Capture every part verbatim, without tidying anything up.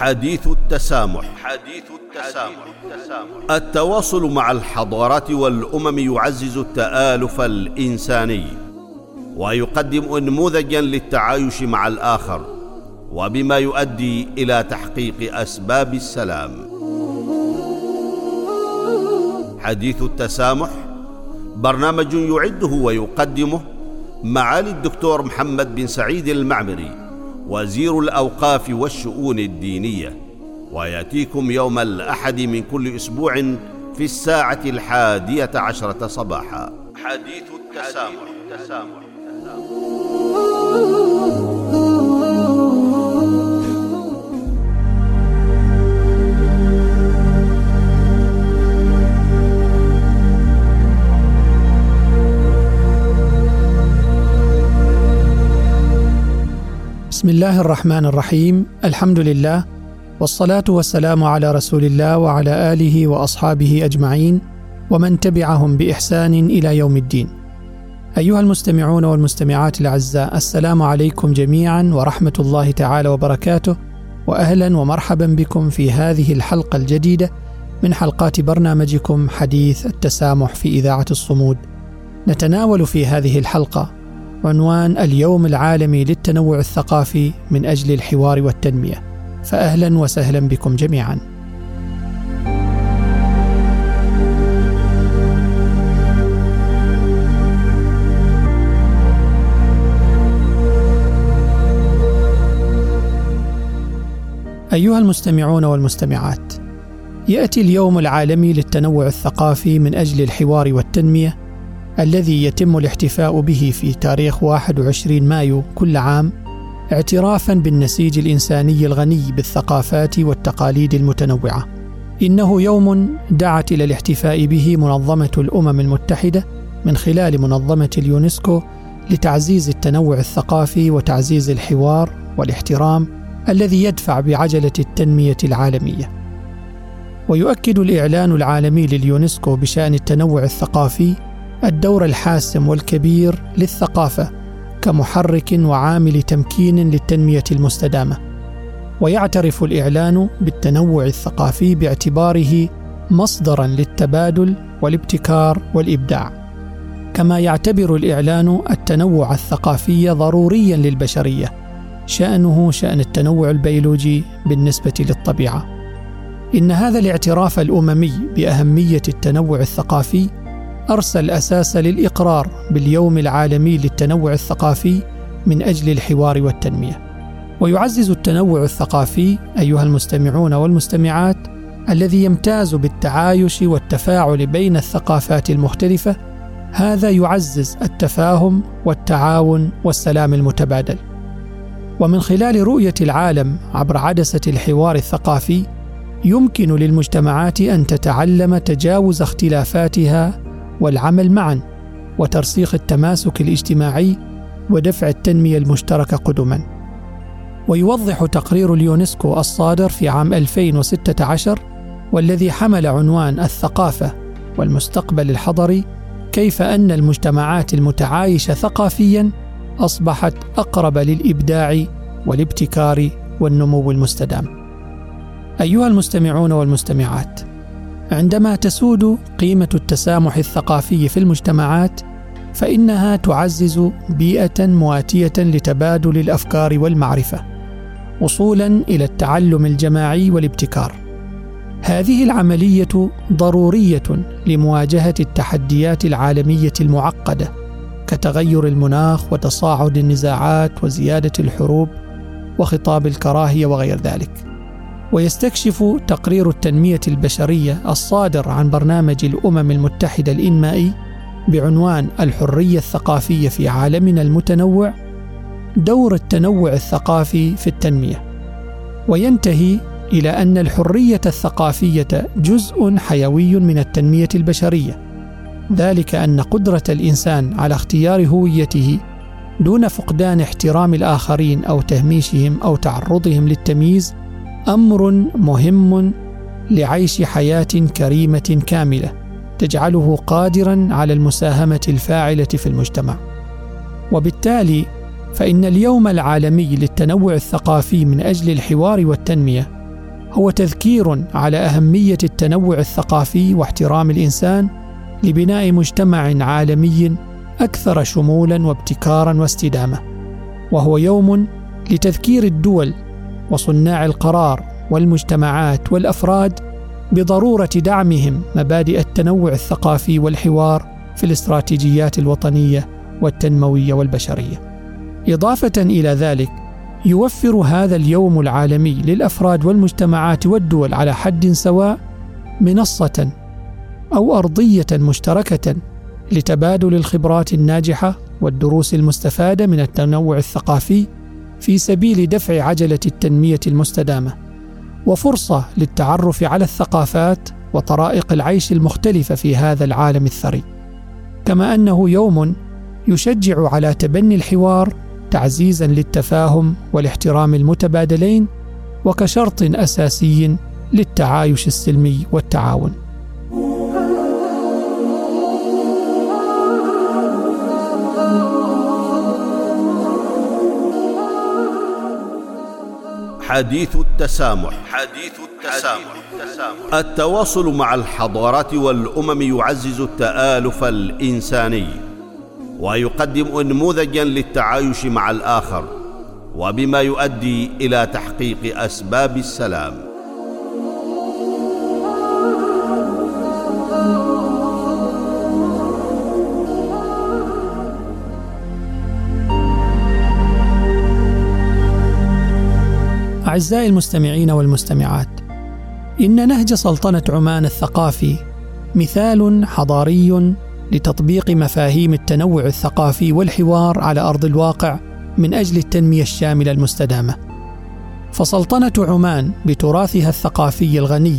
حديث التسامح. حديث التسامح. التواصل مع الحضارات والأمم يعزز التآلف الإنساني ويقدم نموذجا للتعايش مع الآخر، وبما يؤدي إلى تحقيق أسباب السلام. حديث التسامح برنامج يعده ويقدمه معالي الدكتور محمد بن سعيد المعمري، وزير الأوقاف والشؤون الدينية، ويأتيكم يوم الأحد من كل أسبوع في الساعة الحادية عشرة صباحا. حديث التسامح. بسم الله الرحمن الرحيم. الحمد لله، والصلاة والسلام على رسول الله وعلى آله وأصحابه أجمعين ومن تبعهم بإحسان إلى يوم الدين. أيها المستمعون والمستمعات الأعزاء، السلام عليكم جميعا ورحمة الله تعالى وبركاته، وأهلا ومرحبا بكم في هذه الحلقة الجديدة من حلقات برنامجكم حديث التسامح في إذاعة الصمود. نتناول في هذه الحلقة عنوان اليوم العالمي للتنوع الثقافي من أجل الحوار والتنمية، فأهلا وسهلا بكم جميعا. أيها المستمعون والمستمعات، يأتي اليوم العالمي للتنوع الثقافي من أجل الحوار والتنمية الذي يتم الاحتفاء به في تاريخ واحد وعشرين مايو كل عام، اعترافا بالنسيج الإنساني الغني بالثقافات والتقاليد المتنوعة. إنه يوم دعت إلى الاحتفاء به منظمة الأمم المتحدة من خلال منظمة اليونسكو لتعزيز التنوع الثقافي وتعزيز الحوار والاحترام الذي يدفع بعجلة التنمية العالمية. ويؤكد الإعلان العالمي لليونسكو بشأن التنوع الثقافي الدور الحاسم والكبير للثقافة كمحرك وعامل تمكين للتنمية المستدامة. ويعترف الإعلان بالتنوع الثقافي باعتباره مصدراً للتبادل والابتكار والإبداع. كما يعتبر الإعلان التنوع الثقافي ضرورياً للبشرية، شأنه شأن التنوع البيولوجي بالنسبة للطبيعة. إن هذا الاعتراف الأممي بأهمية التنوع الثقافي أرسل الأساس للإقرار باليوم العالمي للتنوع الثقافي من أجل الحوار والتنمية. ويعزز التنوع الثقافي أيها المستمعون والمستمعات الذي يمتاز بالتعايش والتفاعل بين الثقافات المختلفة، هذا يعزز التفاهم والتعاون والسلام المتبادل. ومن خلال رؤية العالم عبر عدسة الحوار الثقافي يمكن للمجتمعات أن تتعلم تجاوز اختلافاتها والعمل معا وترسيخ التماسك الاجتماعي ودفع التنمية المشتركة قدما. ويوضح تقرير اليونسكو الصادر في عام ألفين وستة عشر والذي حمل عنوان الثقافة والمستقبل الحضري كيف أن المجتمعات المتعايشة ثقافيا أصبحت أقرب للإبداع والابتكار والنمو المستدام. أيها المستمعون والمستمعات، عندما تسود قيمة التسامح الثقافي في المجتمعات فإنها تعزز بيئة مواتية لتبادل الأفكار والمعرفة وصولا إلى التعلم الجماعي والابتكار. هذه العملية ضرورية لمواجهة التحديات العالمية المعقدة كتغير المناخ وتصاعد النزاعات وزيادة الحروب وخطاب الكراهية وغير ذلك. ويستكشف تقرير التنمية البشرية الصادر عن برنامج الأمم المتحدة الإنمائي بعنوان الحرية الثقافية في عالمنا المتنوع دور التنوع الثقافي في التنمية، وينتهي إلى أن الحرية الثقافية جزء حيوي من التنمية البشرية، ذلك أن قدرة الإنسان على اختيار هويته دون فقدان احترام الآخرين أو تهميشهم أو تعرضهم للتمييز أمر مهم لعيش حياة كريمة كاملة تجعله قادراً على المساهمة الفاعلة في المجتمع. وبالتالي فإن اليوم العالمي للتنوع الثقافي من أجل الحوار والتنمية هو تذكير على أهمية التنوع الثقافي واحترام الإنسان لبناء مجتمع عالمي أكثر شمولاً وابتكاراً واستدامة، وهو يوم لتذكير الدول وصناع القرار والمجتمعات والأفراد بضرورة دعمهم مبادئ التنوع الثقافي والحوار في الاستراتيجيات الوطنية والتنموية والبشرية. إضافة إلى ذلك، يوفر هذا اليوم العالمي للأفراد والمجتمعات والدول على حد سواء منصة أو أرضية مشتركة لتبادل الخبرات الناجحة والدروس المستفادة من التنوع الثقافي في سبيل دفع عجلة التنمية المستدامة، وفرصة للتعرف على الثقافات وطرائق العيش المختلفة في هذا العالم الثري. كما أنه يوم يشجع على تبني الحوار تعزيزاً للتفاهم والاحترام المتبادلين، وكشرط أساسي للتعايش السلمي والتعاون. حديث التسامح. حديث التسامح. التواصل مع الحضارات والأمم يعزز التآلف الإنساني، ويقدم نموذجاً للتعايش مع الآخر، وبما يؤدي إلى تحقيق أسباب السلام. أعزائي المستمعين والمستمعات، إن نهج سلطنة عمان الثقافي مثال حضاري لتطبيق مفاهيم التنوع الثقافي والحوار على أرض الواقع من أجل التنمية الشاملة المستدامة. فسلطنة عمان بتراثها الثقافي الغني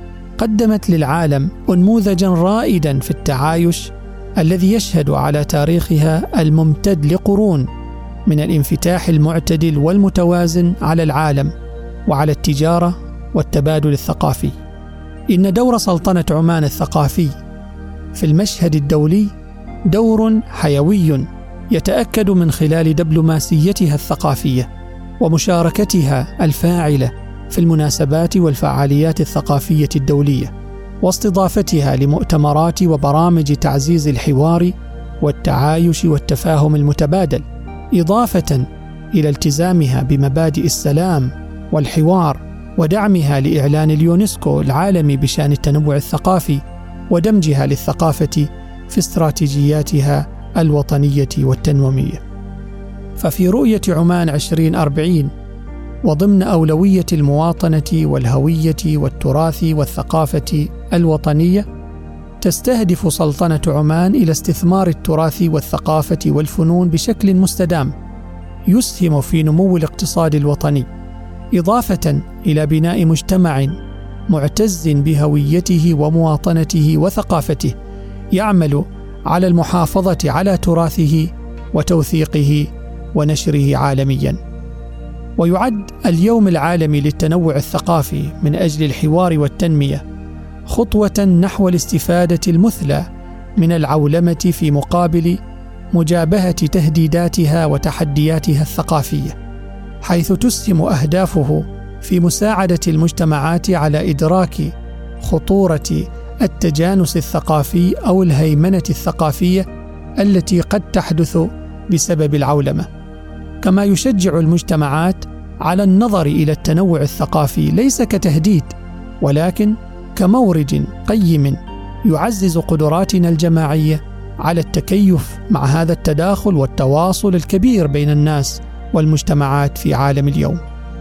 قدمت للعالم أنموذجاً رائداً في التعايش الذي يشهد على تاريخها الممتد لقرون من الانفتاح المعتدل والمتوازن على العالم وعلى التجارة والتبادل الثقافي. إن دور سلطنة عمان الثقافي في المشهد الدولي دور حيوي يتأكد من خلال دبلوماسيتها الثقافية ومشاركتها الفاعلة في المناسبات والفعاليات الثقافية الدولية، واستضافتها لمؤتمرات وبرامج تعزيز الحوار والتعايش والتفاهم المتبادل، إضافة إلى التزامها بمبادئ السلام والحوار ودعمها لإعلان اليونسكو العالمي بشأن التنوع الثقافي ودمجها للثقافة في استراتيجياتها الوطنية والتنموية. ففي رؤية عمان عشرين أربعين، وضمن أولوية المواطنة والهوية والتراث والثقافة الوطنية، تستهدف سلطنة عمان إلى استثمار التراث والثقافة والفنون بشكل مستدام يسهم في نمو الاقتصاد الوطني، إضافة إلى بناء مجتمع معتز بهويته ومواطنته وثقافته يعمل على المحافظة على تراثه وتوثيقه ونشره عالمياً. ويعد اليوم العالمي للتنوع الثقافي من أجل الحوار والتنمية خطوة نحو الاستفادة المثلى من العولمة في مقابل مجابهة تهديداتها وتحدياتها الثقافية، حيث تسهم أهدافه في مساعدة المجتمعات على إدراك خطورة التجانس الثقافي أو الهيمنة الثقافية التي قد تحدث بسبب العولمة. كما يشجع المجتمعات على النظر إلى التنوع الثقافي ليس كتهديد، ولكن كمورد قيم يعزز قدراتنا الجماعية على التكيف مع هذا التداخل والتواصل الكبير بين الناس والمجتمعات في عالم اليوم.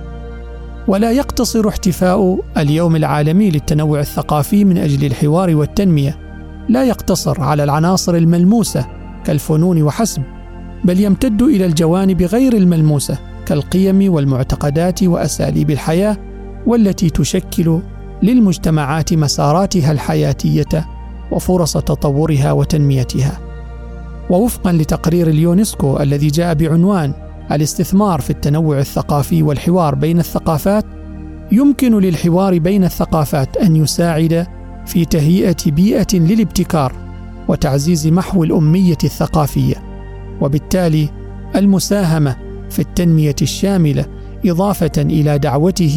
ولا يقتصر احتفاء اليوم العالمي للتنوع الثقافي من أجل الحوار والتنمية لا يقتصر على العناصر الملموسة كالفنون وحسب، بل يمتد إلى الجوانب غير الملموسة كالقيم والمعتقدات وأساليب الحياة، والتي تشكل للمجتمعات مساراتها الحياتية وفرص تطورها وتنميتها. ووفقا لتقرير اليونسكو الذي جاء بعنوان الاستثمار في التنوع الثقافي والحوار بين الثقافات، يمكن للحوار بين الثقافات أن يساعد في تهيئة بيئة للابتكار وتعزيز محو الأمية الثقافية، وبالتالي المساهمة في التنمية الشاملة، إضافة إلى دعوته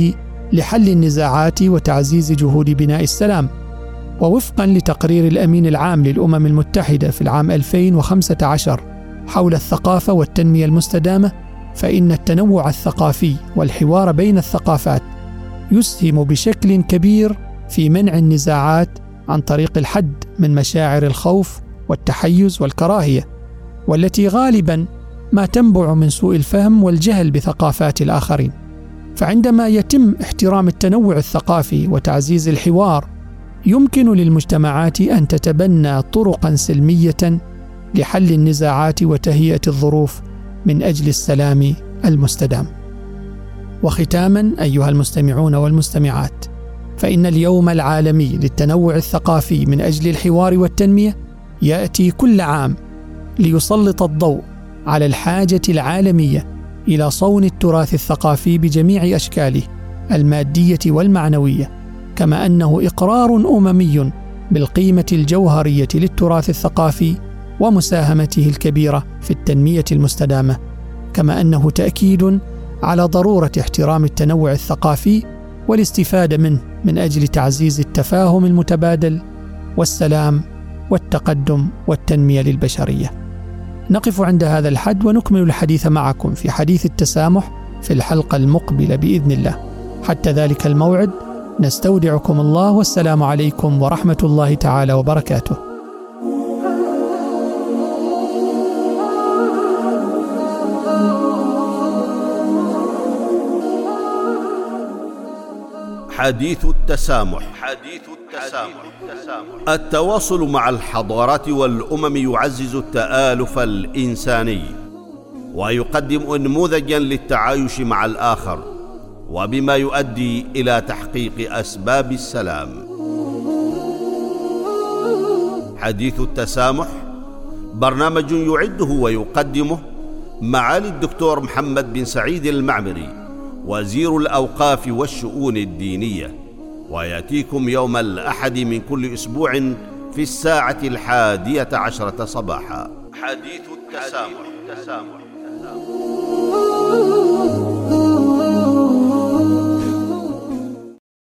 لحل النزاعات وتعزيز جهود بناء السلام. ووفقا لتقرير الأمين العام للأمم المتحدة في العام ألفين وخمسة عشر حول الثقافة والتنمية المستدامة، فإن التنوع الثقافي والحوار بين الثقافات يسهم بشكل كبير في منع النزاعات عن طريق الحد من مشاعر الخوف والتحيز والكراهية، والتي غالبا ما تنبع من سوء الفهم والجهل بثقافات الآخرين. فعندما يتم احترام التنوع الثقافي وتعزيز الحوار، يمكن للمجتمعات أن تتبنى طرقا سلمية لحل النزاعات وتهيئة الظروف من أجل السلام المستدام. وختاما أيها المستمعون والمستمعات، فإن اليوم العالمي للتنوع الثقافي من أجل الحوار والتنمية يأتي كل عام ليسلط الضوء على الحاجة العالمية إلى صون التراث الثقافي بجميع أشكاله المادية والمعنوية، كما أنه إقرار أممي بالقيمة الجوهرية للتراث الثقافي ومساهمته الكبيرة في التنمية المستدامة، كما أنه تأكيد على ضرورة احترام التنوع الثقافي والاستفادة منه من أجل تعزيز التفاهم المتبادل والسلام والتقدم والتنمية للبشرية. نقف عند هذا الحد ونكمل الحديث معكم في حديث التسامح في الحلقة المقبلة بإذن الله. حتى ذلك الموعد نستودعكم الله، والسلام عليكم ورحمة الله تعالى وبركاته. حديث التسامح. حديث التسامح. التواصل مع الحضارات والأمم يعزز التآلف الإنساني ويقدم نموذجا للتعايش مع الآخر، وبما يؤدي إلى تحقيق أسباب السلام. حديث التسامح برنامج يعده ويقدمه معالي الدكتور محمد بن سعيد المعمري، وزير الأوقاف والشؤون الدينية، ويأتيكم يوم الأحد من كل أسبوع في الساعة الحادية عشرة صباحا. حديث التسامح.